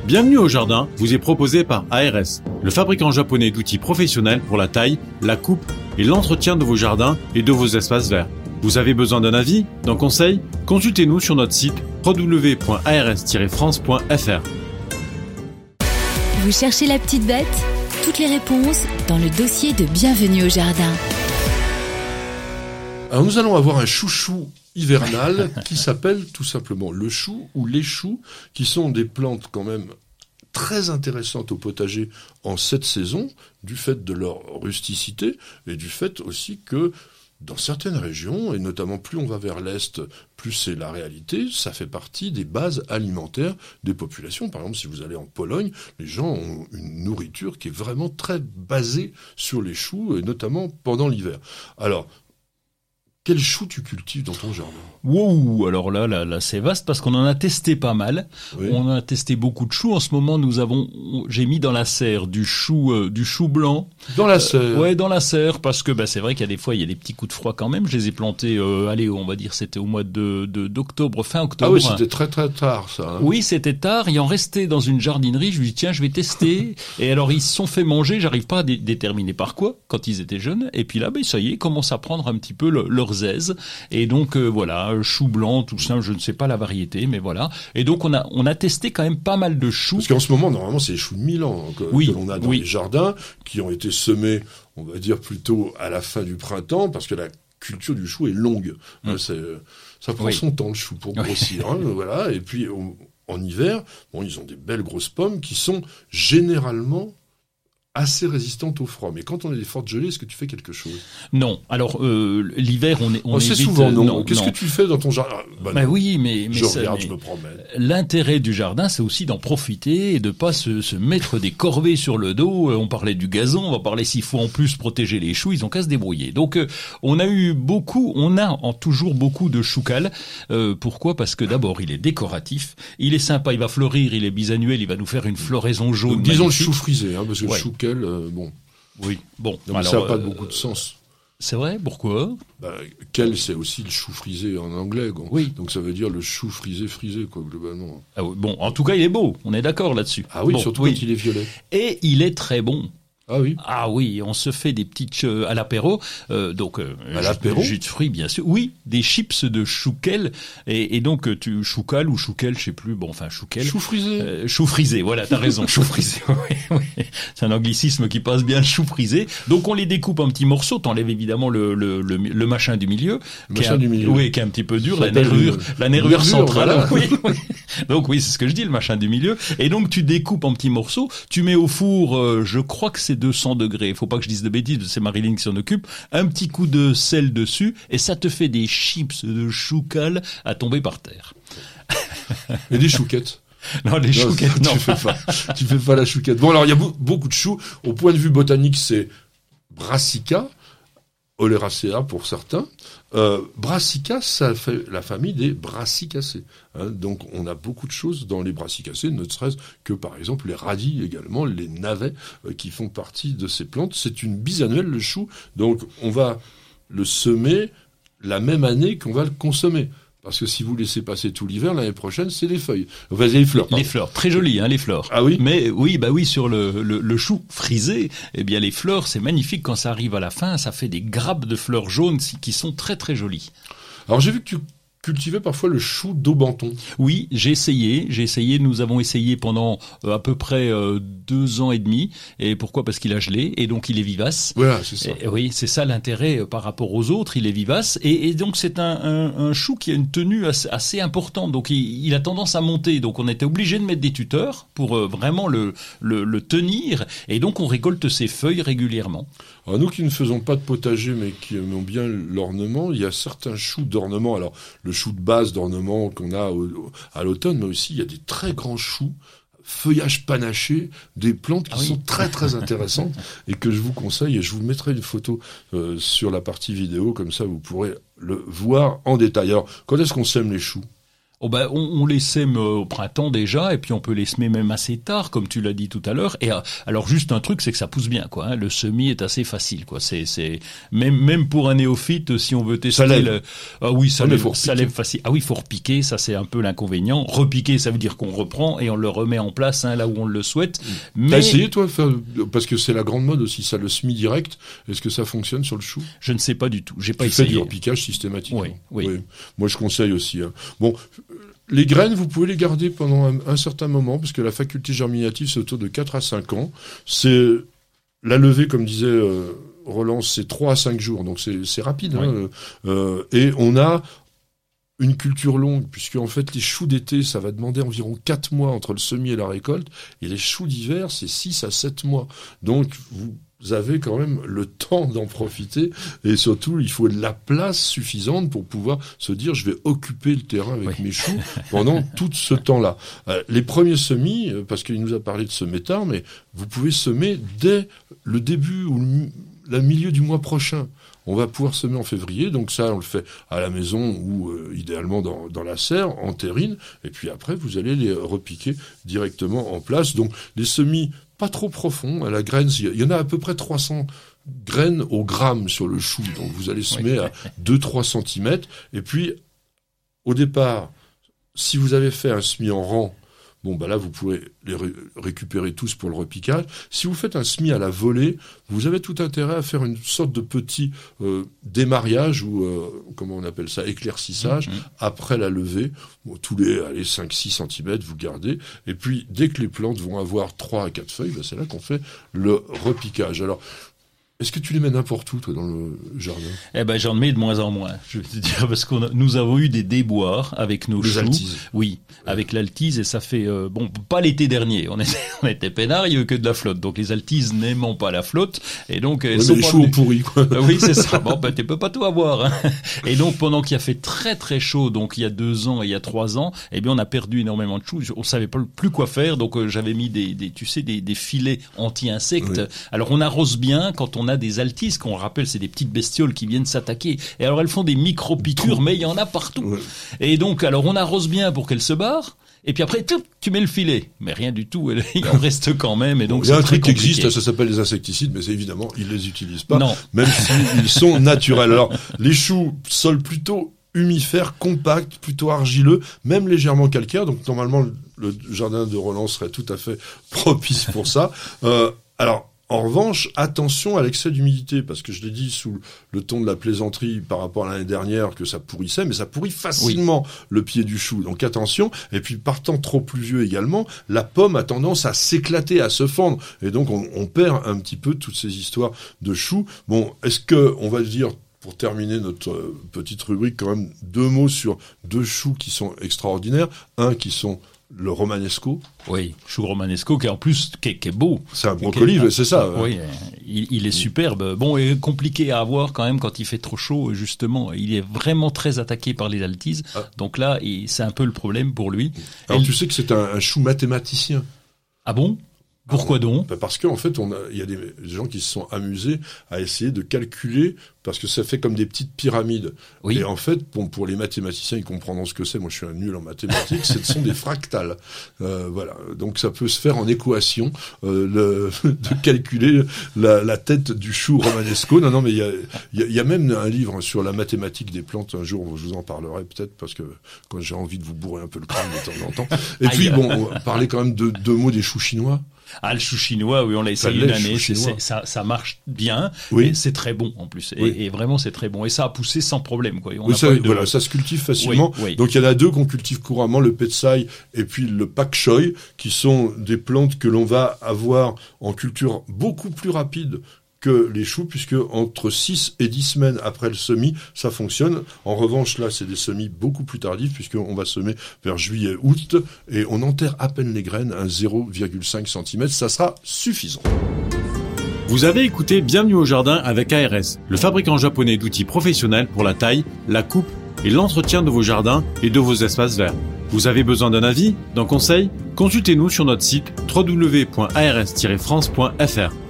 Bienvenue au jardin vous est proposé par ARS, le fabricant japonais d'outils professionnels pour la taille, la coupe et l'entretien de vos jardins et de vos espaces verts. Vous avez besoin d'un avis, d'un conseil? Consultez-nous sur notre site www.ars-france.fr. Vous cherchez la petite bête? Toutes les réponses dans le dossier de Bienvenue au jardin. Alors nous allons avoir un chouchou hivernal qui s'appelle tout simplement le chou ou les choux, qui sont des plantes quand même très intéressantes au potager en cette saison, du fait de leur rusticité et du fait aussi que dans certaines régions, et notamment plus on va vers l'Est, plus c'est la réalité, ça fait partie des bases alimentaires des populations. Par exemple, si vous allez en Pologne, les gens ont une nourriture qui est vraiment très basée sur les choux, et notamment pendant l'hiver. Alors, quel chou tu cultives dans ton jardin? Wow, alors là, c'est vaste parce qu'on en a testé pas mal. Oui. On a testé beaucoup de choux. En ce moment, j'ai mis dans la serre du chou blanc. Dans la serre? Ouais, dans la serre, parce que c'est vrai qu'il y a des fois, il y a des petits coups de froid quand même. Je les ai plantés, on va dire, c'était au mois d'octobre, fin octobre. Ah oui, c'était très très tard, ça. Hein. Oui, c'était tard. Il en restait dans une jardinerie. Je lui dis, tiens, je vais tester. Et alors, ils se sont fait manger. J'arrive pas à déterminer par quoi, quand ils étaient jeunes. Et puis là, ça y est, ils commencent à prendre un petit peu leurs aises. Et donc, voilà, chou blanc, tout ça, je ne sais pas la variété, mais voilà. Et donc, on a testé quand même pas mal de choux. Parce qu'en ce moment, normalement, c'est les choux de Milan que l'on a dans les jardins, qui ont été semés, on va dire, plutôt à la fin du printemps, parce que la culture du chou est longue. Ça prend son temps, le chou, pour grossir. Voilà. Et puis, en hiver, ils ont des belles grosses pommes qui sont généralement assez résistante au froid. Mais quand on a des fortes gelées, est-ce que tu fais quelque chose? Non. Alors, l'hiver, on c'est évite... souvent non. Qu'est-ce que tu fais dans ton jardin? Oui, mais je regarde, je me promène. L'intérêt du jardin, c'est aussi d'en profiter et de pas se mettre des corvées sur le dos. On parlait du gazon, on va parler s'il faut en plus protéger les choux, ils ont qu'à se débrouiller. Donc, on a toujours beaucoup de choucal. Pourquoi? Parce que d'abord, il est décoratif, il est sympa, il va fleurir, il est bisannuel, il va nous faire une floraison jaune. Donc, disons magnifique. Le chou frisé, parce que le chou Oui, bon. Non, mais ça n'a pas beaucoup de sens. C'est vrai? Pourquoi? Quel, c'est aussi le chou frisé en anglais, quoi. Oui. Donc ça veut dire le chou frisé, quoi, globalement. Ah oui, bon, en tout cas, il est beau. On est d'accord là-dessus. Ah oui, surtout quand il est violet. Et il est très bon. Ah oui. Ah oui, on se fait des petites à l'apéro, à l'apéro, jus de fruits bien sûr. Oui, des chips de chouquel et donc choucal ou chouquel, je sais plus. Bon, enfin chouquel. Chou frisé. Chou frisé, voilà, t'as raison, chou frisé. Oui. C'est un anglicisme qui passe bien, chou frisé. Donc on les découpe en petits morceaux. T'enlèves évidemment le machin du milieu. Le machin du milieu. Oui, qui est un petit peu dur, la nervure centrale. Voilà. Oui. Donc oui, c'est ce que je dis, le machin du milieu. Et donc tu découpes en petits morceaux. Tu mets au four, je crois que c'est 200 degrés. Il faut pas que je dise de bêtises, c'est Marilyn qui s'en occupe. Un petit coup de sel dessus et ça te fait des chips de choucal à tomber par terre. Et des chouquettes. Non, les chouquettes, non. Tu fais pas la chouquette. Bon, alors, il y a beaucoup de choux. Au point de vue botanique, c'est Brassica, Oleracea pour certains. Brassica, ça fait la famille des brassicacées. Donc, on a beaucoup de choses dans les brassicacées, ne serait-ce que, par exemple, les radis également, les navets qui font partie de ces plantes. C'est une bisannuelle, le chou. Donc, on va le semer la même année qu'on va le consommer. Parce que si vous laissez passer tout l'hiver, l'année prochaine, c'est les feuilles. Enfin, les fleurs. Les fleurs, très jolies, les fleurs. Ah oui. Mais oui, sur le chou frisé, bien les fleurs, c'est magnifique quand ça arrive à la fin, ça fait des grappes de fleurs jaunes qui sont très très jolies. Alors j'ai vu que tu cultivais parfois le chou d'Aubenton. Oui, j'ai essayé. Nous avons essayé pendant à peu près 2 ans et demi. Et pourquoi? Parce qu'il a gelé et donc il est vivace. Voilà, c'est ça. Et oui, c'est ça l'intérêt par rapport aux autres. Il est vivace et donc c'est un chou qui a une tenue assez importante. Donc il a tendance à monter. Donc on était obligé de mettre des tuteurs pour vraiment le tenir. Et donc on récolte ses feuilles régulièrement. Alors nous qui ne faisons pas de potager mais qui aimons bien l'ornement, il y a certains choux d'ornement. Alors le chou de base d'ornement qu'on a à l'automne, mais aussi il y a des très grands choux, feuillage panaché, des plantes qui sont très très intéressantes et que je vous conseille, et je vous mettrai une photo sur la partie vidéo, comme ça vous pourrez le voir en détail. Alors quand est-ce qu'on sème les choux? On les sème au printemps déjà, et puis on peut les semer même assez tard, comme tu l'as dit tout à l'heure. Et alors juste un truc, c'est que ça pousse bien, quoi. Hein. Le semis est assez facile, quoi. C'est même pour un néophyte, si on veut tester. Ça lève. Ça lève facile. Ah oui, il faut repiquer, ça c'est un peu l'inconvénient. Repiquer, ça veut dire qu'on reprend et on le remet en place là où on le souhaite. Mais t'as essayé toi, parce que c'est la grande mode aussi, ça le semis direct. Est-ce que ça fonctionne sur le chou? Je ne sais pas du tout. J'ai pas essayé. Tu fais du repiquage systématique. Oui. Moi, je conseille aussi. Hein. Bon. Les graines, vous pouvez les garder pendant un certain moment, parce que la faculté germinative, c'est autour de 4 à 5 ans. C'est la levée, comme disait Roland, c'est 3 à 5 jours, donc c'est rapide. Oui. Hein, et on a une culture longue, puisque en fait les choux d'été, ça va demander environ 4 mois entre le semis et la récolte, et les choux d'hiver, c'est 6 à 7 mois. Donc vous avez quand même le temps d'en profiter, et surtout il faut de la place suffisante pour pouvoir se dire je vais occuper le terrain avec mes choux pendant tout ce temps-là. Les premiers semis, parce qu'il nous a parlé de semer tard, mais vous pouvez semer dès le début ou le milieu du mois prochain. On va pouvoir semer en février, donc ça on le fait à la maison ou idéalement dans la serre, en terrine, et puis après vous allez les repiquer directement en place. Donc les semis pas trop profonds, à la graine, il y en a à peu près 300 graines au gramme sur le chou, donc vous allez semer à 2-3 cm, et puis au départ, si vous avez fait un semis en rang, là, vous pouvez les récupérer tous pour le repiquage. Si vous faites un semis à la volée, vous avez tout intérêt à faire une sorte de petit démariage ou, comment on appelle ça, éclaircissage après la levée. Tous les 5-6 cm, vous gardez. Et puis, dès que les plantes vont avoir 3 à 4 feuilles, c'est là qu'on fait le repiquage. Alors, est-ce que tu les mets n'importe où, toi, dans le jardin? J'en mets de moins en moins, je vais te dire, parce que nous avons eu des déboires avec nos choux. Altises. Oui, avec l'altise, et ça fait, pas l'été dernier, on était peinards, il y a eu que de la flotte, donc les altises n'aimant pas la flotte, et donc... les choux ont pourri, quoi. Oui, c'est ça, tu peux pas tout avoir, hein. Et donc, pendant qu'il a fait très très chaud, donc il y a 2 ans et il y a 3 ans, on a perdu énormément de choux, on savait plus quoi faire, donc j'avais mis des filets anti-insectes. Oui. Alors on arrose bien quand on a des altises, qu'on rappelle, c'est des petites bestioles qui viennent s'attaquer. Et alors elles font des micro-piqûres, mais il y en a partout. Ouais. Et donc, alors on arrose bien pour qu'elles se barrent. Et puis après, tu mets le filet. Mais rien du tout, il en reste quand même. Et donc, il y a un truc qui existe, ça s'appelle les insecticides, mais évidemment, ils les utilisent pas. Non. Même s'ils sont naturels. Alors, les choux, sol plutôt humifère, compact, plutôt argileux, même légèrement calcaire. Donc, normalement, le jardin de Roland serait tout à fait propice pour ça. Alors, en revanche, attention à l'excès d'humidité, parce que je l'ai dit sous le ton de la plaisanterie par rapport à l'année dernière que ça pourrissait, mais ça pourrit facilement le pied du chou. Donc attention, et puis partant trop pluvieux également, la pomme a tendance à s'éclater, à se fendre, et donc on perd un petit peu toutes ces histoires de choux. Bon, est-ce que on va dire, pour terminer notre petite rubrique, quand même 2 mots sur 2 choux qui sont extraordinaires, un qui sont le romanesco. Oui, chou romanesco qui est beau. C'est un brocoli, c'est ça. Oui, il est superbe. Bon, et compliqué à avoir quand même quand il fait trop chaud, justement. Il est vraiment très attaqué par les altises. Donc là, c'est un peu le problème pour lui. Alors tu sais que c'est un chou mathématicien. Ah bon? Pourquoi donc? Parce qu'en fait, il y a des gens qui se sont amusés à essayer de calculer, parce que ça fait comme des petites pyramides. Oui. Et en fait, pour les mathématiciens, ils comprendront ce que c'est. Moi, je suis un nul en mathématiques. Ce sont des fractales. Voilà. Donc, ça peut se faire en équation, de calculer la tête du chou romanesco. Non, mais il y a même un livre sur la mathématique des plantes. Un jour, je vous en parlerai peut-être, parce que quand j'ai envie de vous bourrer un peu le crâne de temps en temps. Et puis, on va parler quand même de 2 mots des choux chinois. Ah, le chou chinois, oui, on l'a essayé une année, ça marche bien, oui. Et c'est très bon en plus, et vraiment c'est très bon, et ça a poussé sans problème, quoi. Voilà, ça se cultive facilement. Oui. Donc il y en a 2 qu'on cultive couramment, le petsai et puis le pak choi, qui sont des plantes que l'on va avoir en culture beaucoup plus rapide que les choux, puisque entre 6 et 10 semaines après le semis, ça fonctionne. En revanche, là, c'est des semis beaucoup plus tardifs, puisqu'on va semer vers juillet-août, et on enterre à peine les graines, à 0,5 cm, ça sera suffisant. Vous avez écouté Bienvenue au jardin avec ARS, le fabricant japonais d'outils professionnels pour la taille, la coupe et l'entretien de vos jardins et de vos espaces verts. Vous avez besoin d'un avis, d'un conseil? Consultez-nous sur notre site www.ars-france.fr.